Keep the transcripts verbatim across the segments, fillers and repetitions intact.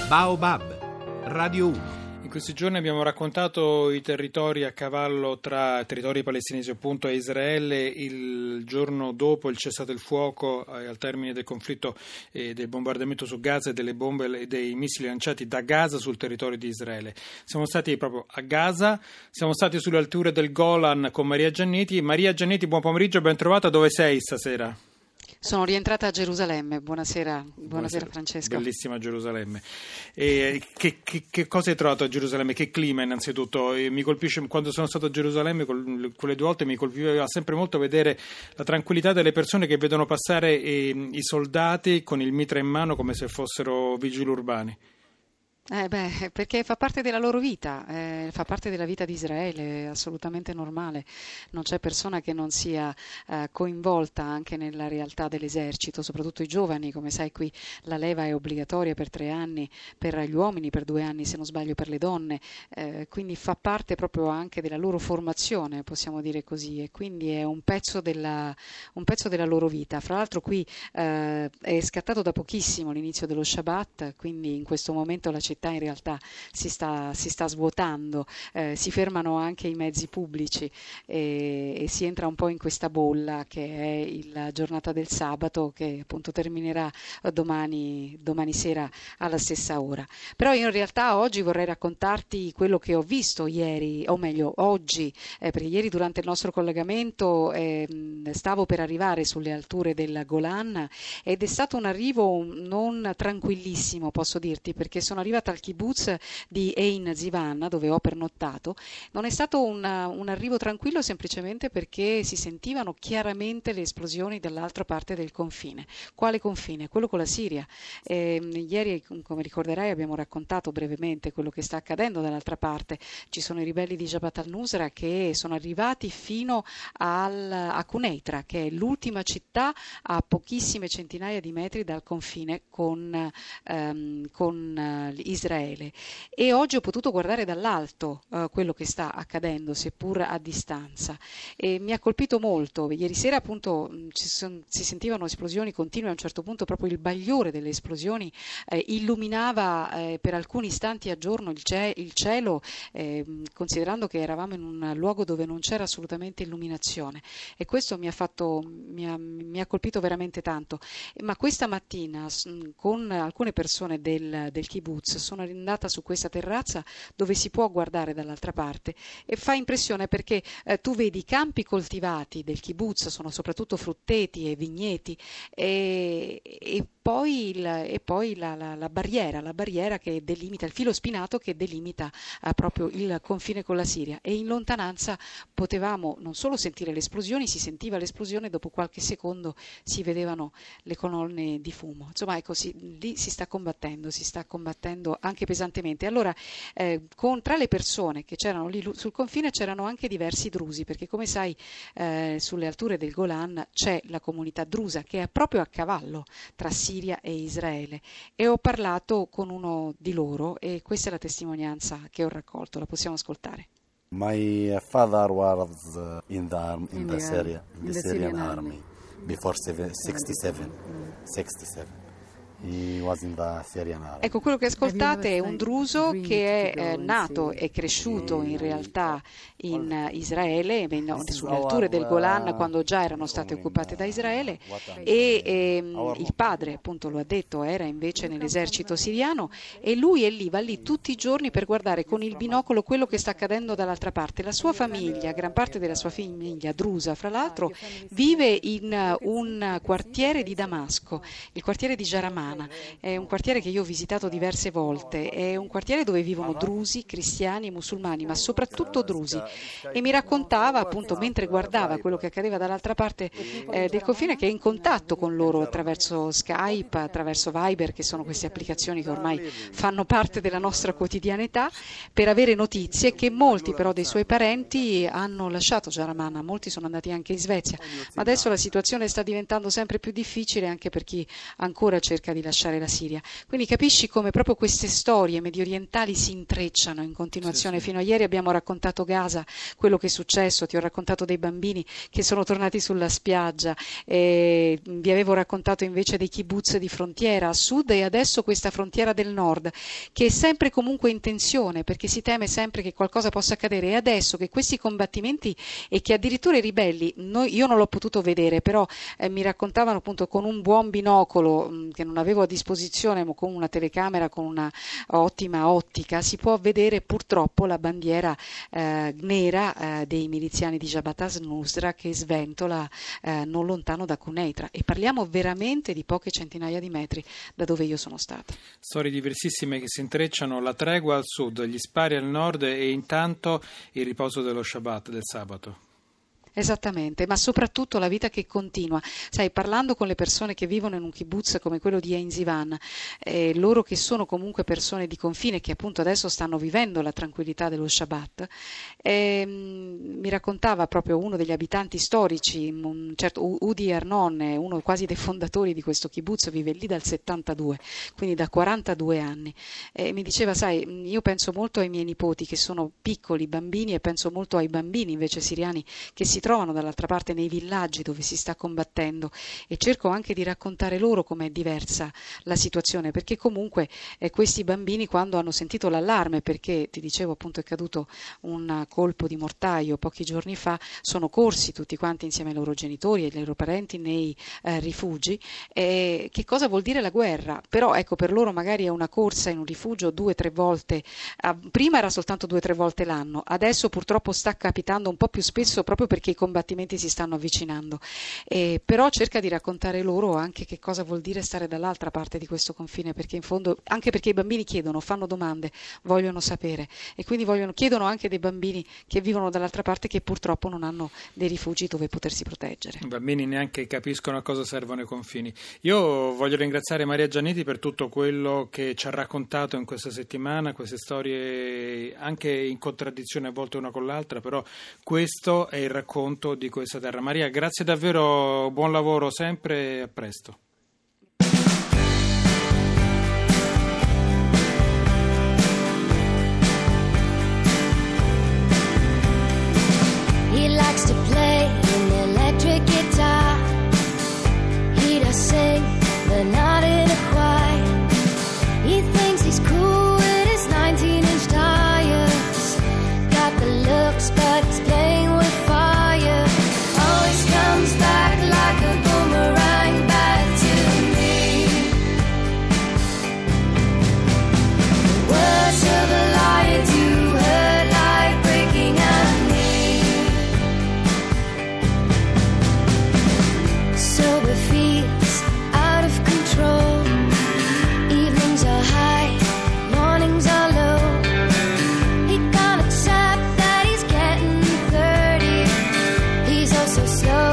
Baobab, Radio uno. In questi giorni abbiamo raccontato i territori a cavallo tra territori palestinesi appunto e Israele il giorno dopo il cessate il fuoco eh, al termine del conflitto e eh, del bombardamento su Gaza e delle bombe e dei missili lanciati da Gaza sul territorio di Israele. Siamo stati proprio a Gaza, siamo stati sulle alture del Golan con Maria Giannetti. Maria Giannetti, buon pomeriggio, ben trovata. Dove sei stasera? Sono rientrata a Gerusalemme, buonasera, buonasera, buonasera Francesca. Bellissima Gerusalemme. E che, che, che cosa hai trovato a Gerusalemme? Che clima innanzitutto? E mi colpisce, quando sono stato a Gerusalemme col, quelle due volte mi colpiva sempre molto vedere la tranquillità delle persone che vedono passare eh, i soldati con il mitra in mano come se fossero vigili urbani. Eh beh, perché fa parte della loro vita, eh, fa parte della vita di Israele, è assolutamente normale. Non c'è persona che non sia eh, coinvolta anche nella realtà dell'esercito, soprattutto i giovani. Come sai, qui la leva è obbligatoria per tre anni per gli uomini, per due anni se non sbaglio per le donne, eh, quindi fa parte proprio anche della loro formazione, possiamo dire così, e quindi è un pezzo della, un pezzo della loro vita. Fra l'altro qui eh, è scattato da pochissimo l'inizio dello Shabbat, quindi in questo momento la città in realtà si sta, si sta svuotando, eh, si fermano anche i mezzi pubblici e, e si entra un po' in questa bolla che è la giornata del sabato, che appunto terminerà domani, domani sera alla stessa ora. Però io in realtà oggi vorrei raccontarti quello che ho visto ieri, o meglio oggi, eh, perché ieri durante il nostro collegamento eh, stavo per arrivare sulle alture del Golan ed è stato un arrivo non tranquillissimo, posso dirti, perché sono arrivata al kibbutz di Ein Zivan, dove ho pernottato. Non è stato un, un arrivo tranquillo semplicemente perché si sentivano chiaramente le esplosioni dall'altra parte del confine. Quale confine? Quello con la Siria. Eh, ieri, come ricorderai, abbiamo raccontato brevemente quello che sta accadendo dall'altra parte. Ci sono i ribelli di Jabhat al-Nusra che sono arrivati fino al, a Quneitra, che è l'ultima città a pochissime centinaia di metri dal confine con, ehm, con uh, Israele, e oggi ho potuto guardare dall'alto uh, quello che sta accadendo, seppur a distanza, e mi ha colpito molto. Ieri sera appunto mh, ci son, si sentivano esplosioni continue, a un certo punto proprio il bagliore delle esplosioni eh, illuminava eh, per alcuni istanti a giorno il, ce- il cielo, eh, considerando che eravamo in un luogo dove non c'era assolutamente illuminazione, e questo mi ha fatto mi ha, mi ha colpito veramente tanto. Ma questa mattina s- con alcune persone del, del kibbutz sono andata su questa terrazza dove si può guardare dall'altra parte e fa impressione perché eh, tu vedi i campi coltivati del kibbutz, sono soprattutto frutteti e vigneti, e, e poi, il, e poi la, la, la barriera, la barriera che delimita, il filo spinato che delimita eh, proprio il confine con la Siria, e in lontananza potevamo non solo sentire le esplosioni, si sentiva l'esplosione, dopo qualche secondo si vedevano le colonne di fumo. Insomma, ecco, si, lì si sta combattendo, si sta combattendo anche pesantemente. Allora, eh, con, tra le persone che c'erano lì sul confine c'erano anche diversi drusi, perché come sai eh, sulle alture del Golan c'è la comunità drusa che è proprio a cavallo tra Siria e Israele, e ho parlato con uno di loro e questa è la testimonianza che ho raccolto, la possiamo ascoltare. My father was uh, in the arm, in, in the, the Syria, in, in the, the Syrian, Syrian army, army before sixty-seven. sixty-seven. He was in the Syrian army. Ecco, quello che ascoltate è un druso che è eh, nato e cresciuto in realtà in uh, Israele, no, sulle alture del Golan, quando già erano state occupate da Israele, e ehm, il padre, appunto lo ha detto, era invece nell'esercito siriano, e lui è lì, va lì tutti i giorni per guardare con il binocolo quello che sta accadendo dall'altra parte. La sua famiglia, gran parte della sua famiglia drusa, fra l'altro, vive in uh, un quartiere di Damasco, il quartiere di Jaramana. È un quartiere che io ho visitato diverse volte, è un quartiere dove vivono drusi, cristiani e musulmani, ma soprattutto drusi, e mi raccontava appunto mentre guardava quello che accadeva dall'altra parte eh, del confine che è in contatto con loro attraverso Skype, attraverso Viber, che sono queste applicazioni che ormai fanno parte della nostra quotidianità, per avere notizie, che molti però dei suoi parenti hanno lasciato Jaramana, molti sono andati anche in Svezia, ma adesso la situazione sta diventando sempre più difficile anche per chi ancora cerca di di lasciare la Siria. Quindi capisci come proprio queste storie mediorientali si intrecciano in continuazione. Sì, sì. Fino a ieri abbiamo raccontato Gaza, quello che è successo, ti ho raccontato dei bambini che sono tornati sulla spiaggia, e vi avevo raccontato invece dei kibbutz di frontiera a sud e adesso questa frontiera del nord che è sempre comunque in tensione perché si teme sempre che qualcosa possa accadere, e adesso che questi combattimenti e che addirittura i ribelli, noi, io non l'ho potuto vedere, però eh, mi raccontavano appunto con un buon binocolo mh, che non avevo a disposizione, ma con una telecamera, con una ottima ottica, si può vedere purtroppo la bandiera eh, nera eh, dei miliziani di Jabhat al-Nusra che sventola eh, non lontano da Quneitra, e parliamo veramente di poche centinaia di metri da dove io sono stata. Storie diversissime che si intrecciano, la tregua al sud, gli spari al nord e intanto il riposo dello Shabbat, del sabato. Esattamente, ma soprattutto la vita che continua. Sai, parlando con le persone che vivono in un kibbutz come quello di Ein Sivan, eh, loro che sono comunque persone di confine che appunto adesso stanno vivendo la tranquillità dello Shabbat, eh, mi raccontava proprio uno degli abitanti storici, un certo Udi Arnon, uno quasi dei fondatori di questo kibbutz, vive lì dal settantadue, quindi da quarantadue anni, e mi diceva, sai, io penso molto ai miei nipoti che sono piccoli bambini e penso molto ai bambini invece siriani che si trovano dall'altra parte nei villaggi dove si sta combattendo, e cerco anche di raccontare loro com'è diversa la situazione, perché comunque eh, questi bambini, quando hanno sentito l'allarme, perché ti dicevo appunto è caduto un colpo di mortaio pochi giorni fa, sono corsi tutti quanti insieme ai loro genitori e ai loro parenti nei eh, rifugi. Eh, che cosa vuol dire la guerra? Però ecco, per loro magari è una corsa in un rifugio due o tre volte, eh, prima era soltanto due o tre volte l'anno, adesso purtroppo sta capitando un po' più spesso proprio perché i combattimenti si stanno avvicinando, eh, però cerca di raccontare loro anche che cosa vuol dire stare dall'altra parte di questo confine, perché in fondo, anche perché i bambini chiedono, fanno domande, vogliono sapere, e quindi vogliono, chiedono anche dei bambini che vivono dall'altra parte che purtroppo non hanno dei rifugi dove potersi proteggere. I bambini neanche capiscono a cosa servono i confini. Io voglio ringraziare Maria Gianniti per tutto quello che ci ha raccontato in questa settimana, queste storie anche in contraddizione a volte una con l'altra, però questo è il racconto di questa terra. Maria, grazie davvero, buon lavoro sempre e a presto. He likes to play an electric guitar. He does sing, but not in a choir. He thinks he's cool with his nineteen-inch tires. Got the looks, but he's playing with fire. Comes back like a boomerang back to me. The words of a liar do hurt like breaking a knee. Sober feels out of control. Evenings are high, mornings are low. He can't accept that he's getting thirty. He's also slow.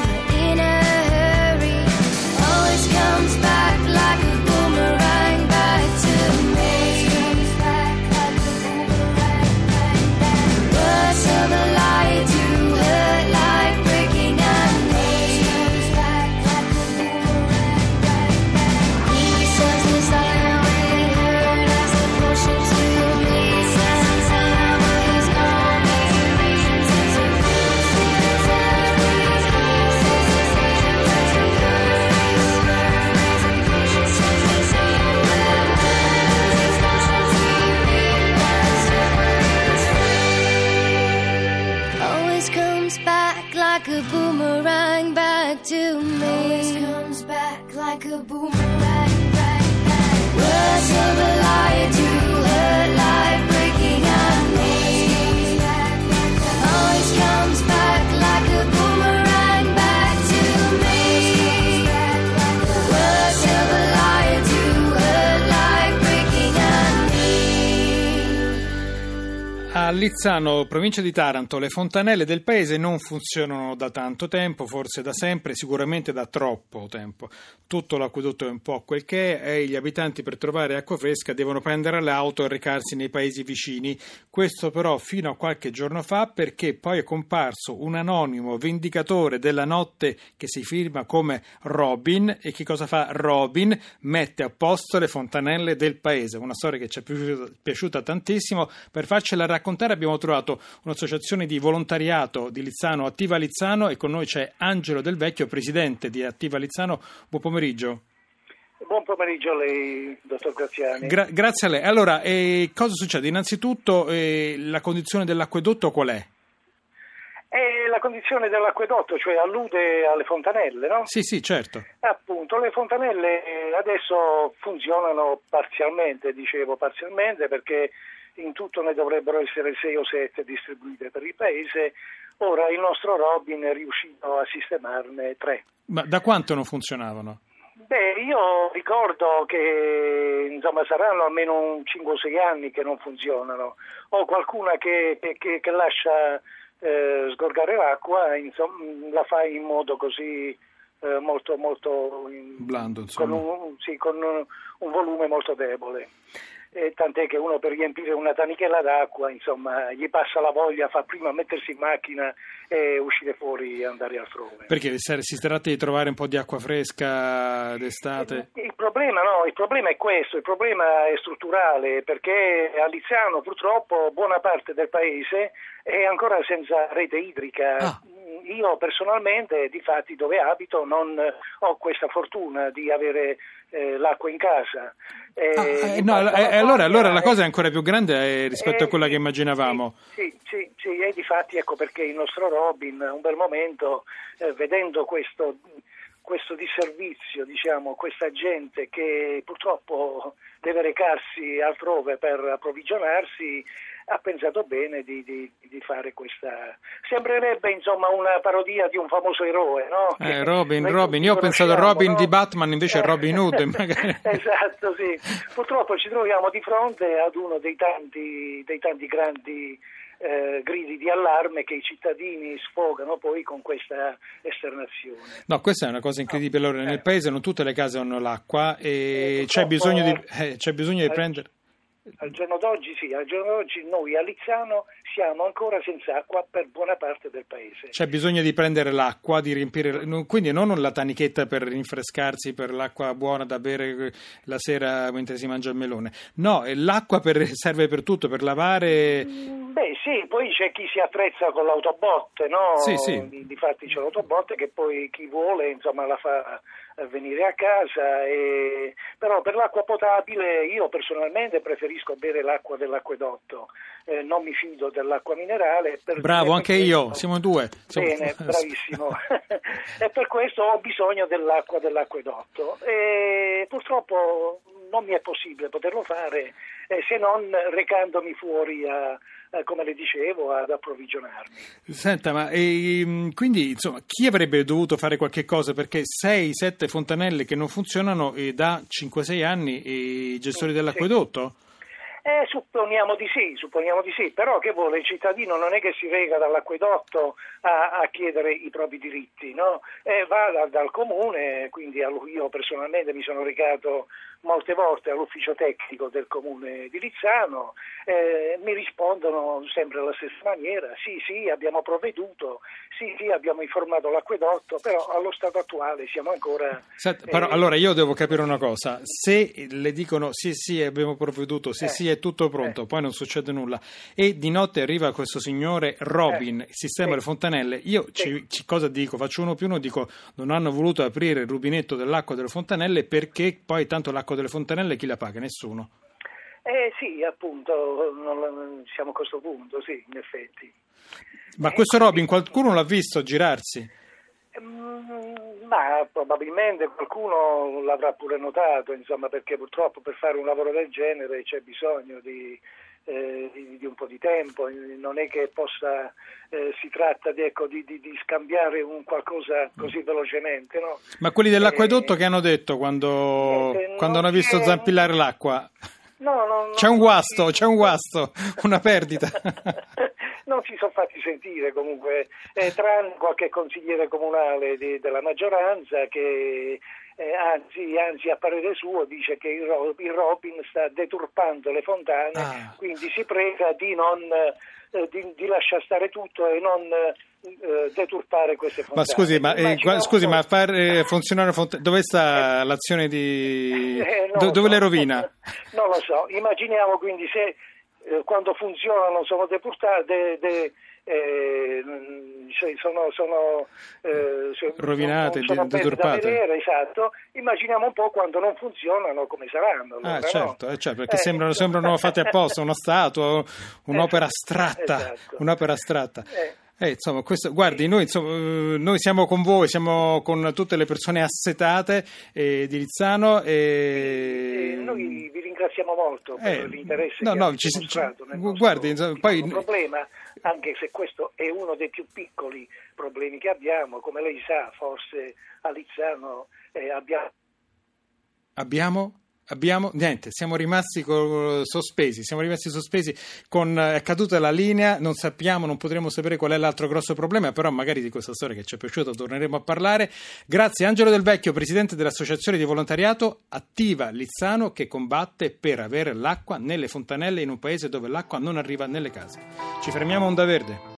Like a boomerang back to me. Always comes back like a boomerang back, back. Words of a liar do hurt like breaking a knee. Always comes back like a boomerang back to me. Words of a liar do hurt like breaking a knee. A Lizzano, provincia di Taranto, le fontanelle del paese non funzionano da tanto tempo, forse da sempre, sicuramente da troppo tempo. Tutto l'acquedotto è un po' quel che è e gli abitanti per trovare acqua fresca devono prendere le auto e recarsi nei paesi vicini. Questo però fino a qualche giorno fa, perché poi è comparso un anonimo vendicatore della notte che si firma come Robin. E che cosa fa Robin? Mette a posto le fontanelle del paese. Una storia che ci è piaciuta, piaciuta tantissimo. Per farcela raccontare abbiamo trovato un'associazione di volontariato di Lizzano, Attiva Lizzano, e con noi c'è Angelo Del Vecchio, presidente di Attiva Lizzano. Buon pomeriggio. Buon pomeriggio a lei, dottor Graziani. Gra- grazie a lei. Allora, eh, cosa succede? Innanzitutto, eh, la condizione dell'acquedotto qual è? È la condizione dell'acquedotto, cioè allude alle fontanelle, no? Sì, sì, certo. Appunto, le fontanelle adesso funzionano parzialmente, dicevo parzialmente, perché in tutto ne dovrebbero essere sei o sette distribuite per il paese. Ora il nostro Robin è riuscito a sistemarne tre. Ma da quanto non funzionavano? Beh, io ricordo che insomma saranno almeno un cinque o sei anni che non funzionano. Ho qualcuna che, che, che lascia eh, sgorgare l'acqua, insomma, la fa in modo così eh, molto molto in, blando, insomma. Con un, sì, con un, un volume molto debole. Eh, tant'è che uno per riempire una tanichella d'acqua, insomma, gli passa la voglia, fa prima mettersi in macchina e uscire fuori e andare altrove. Perché si tratta di trovare un po' di acqua fresca d'estate? Il, il problema no, il problema è questo, il problema è strutturale, perché a Lizzano purtroppo buona parte del paese è ancora senza rete idrica. Ah. Io personalmente, difatti dove abito, non ho questa fortuna di avere eh, l'acqua in casa. Eh, ah, eh, no, eh, allora, allora la cosa è ancora più grande rispetto eh, a quella che immaginavamo. Sì, sì, sì, sì, e difatti ecco perché il nostro Robin, un bel momento, eh, vedendo questo, questo disservizio, diciamo, questa gente che purtroppo deve recarsi altrove per approvvigionarsi, ha pensato bene di, di, di fare questa. Sembrerebbe insomma una parodia di un famoso eroe, no? Eh, Robin, Robin, io ho pensato a Robin, no? Di Batman, invece è Robin Hood. Magari. Esatto, sì. Purtroppo ci troviamo di fronte ad uno dei tanti, dei tanti grandi eh, gridi di allarme che i cittadini sfogano poi con questa esternazione. No, questa è una cosa incredibile. Allora, nel paese non tutte le case hanno l'acqua e eh, c'è bisogno di, eh, c'è bisogno di eh, prendere. Al giorno d'oggi sì, al giorno d'oggi noi a Lizzano siamo ancora senza acqua per buona parte del paese. C'è bisogno di prendere l'acqua, di riempire, quindi non la tanichetta per rinfrescarsi, per l'acqua buona da bere la sera mentre si mangia il melone. No, l'acqua per, serve per tutto, per lavare. Beh sì, poi c'è chi si attrezza con l'autobotte, no? Sì, sì. Difatti c'è l'autobotte che poi chi vuole insomma la fa venire a casa, e... però per l'acqua potabile io personalmente preferisco bere l'acqua dell'acquedotto, eh, non mi fido dell'acqua minerale. Per... Bravo, anche questo... io, siamo due. Bene, siamo... bravissimo. E per questo ho bisogno dell'acqua dell'acquedotto e purtroppo non mi è possibile poterlo fare eh, se non recandomi fuori a Eh, come le dicevo, ad approvvigionarmi. Senta, ma e, quindi insomma chi avrebbe dovuto fare qualche cosa, perché sei sette fontanelle che non funzionano e da cinque sei anni i gestori dell'acquedotto? Sì. Eh, supponiamo di sì, supponiamo di sì, però che vuole il cittadino non è che si rega dall'acquedotto a, a chiedere i propri diritti, no? Eh, va da, dal comune, quindi io personalmente mi sono recato molte volte all'ufficio tecnico del comune di Lizzano, eh, mi rispondono sempre alla stessa maniera, sì sì abbiamo provveduto, sì sì abbiamo informato l'acquedotto, però allo stato attuale siamo ancora... Senta, però eh, allora io devo capire una cosa, se le dicono sì sì abbiamo provveduto, sì eh, sì è tutto pronto, eh. poi non succede nulla e di notte arriva questo signore Robin, eh. sistema sì. le fontanelle, io sì. ci, ci, cosa dico? Faccio uno più uno, dico non hanno voluto aprire il rubinetto dell'acqua delle fontanelle perché poi tanto l'acqua delle fontanelle chi la paga? Nessuno. Eh sì, appunto, non, siamo a questo punto, sì, in effetti. Ma eh, questo Robin qualcuno l'ha visto girarsi? Mm, ma probabilmente qualcuno l'avrà pure notato, insomma, perché purtroppo per fare un lavoro del genere c'è bisogno di, eh, di, di un po' di tempo, non è che possa, eh, si tratta di, ecco, di, di, di scambiare un qualcosa così velocemente, no? Ma quelli dell'acquedotto eh, che hanno detto quando, eh, quando hanno visto zampillare l'acqua? No, no, no, c'è un guasto, c'è un guasto, una perdita. Non si sono fatti sentire comunque, eh, tranne qualche consigliere comunale di, della maggioranza che eh, anzi, anzi a parere suo dice che il, il Robin sta deturpando le fontane, ah. quindi si prega di non eh, di, di lasciare stare tutto e non eh, deturpare queste fontane. Ma scusi, ma, eh, scusi, ma far eh, funzionare fontane, dove sta eh, l'azione di eh, Do, dove so. le rovina? Non lo so, immaginiamo quindi se eh, quando funzionano sono depurtate de, de, eh, sono, sono eh, rovinate, sono deturpate. Vedere, esatto. Immaginiamo un po' quando non funzionano come saranno. Allora, ah, certo, no? eh, certo, perché eh, sembrano, sembrano fatte apposta, una statua, un'opera astratta, esatto. un'opera astratta. Eh. Eh, insomma, questo, guardi, noi, insomma, noi siamo con voi, siamo con tutte le persone assetate eh, di Lizzano e... e noi vi ringraziamo molto per eh, l'interesse no, che no, avete ci, dimostrato nel nostro guardi, insomma, poi... problema, anche se questo è uno dei più piccoli problemi che abbiamo, come lei sa, forse a Lizzano eh, abbiamo... Abbiamo? Abbiamo niente, siamo rimasti co- sospesi, siamo rimasti sospesi con è caduta la linea, non sappiamo, non potremo sapere qual è l'altro grosso problema, però magari di questa storia che ci è piaciuta torneremo a parlare. Grazie Angelo Del Vecchio, presidente dell'associazione di volontariato Attiva Lizzano, che combatte per avere l'acqua nelle fontanelle in un paese dove l'acqua non arriva nelle case. Ci fermiamo a Onda Verde.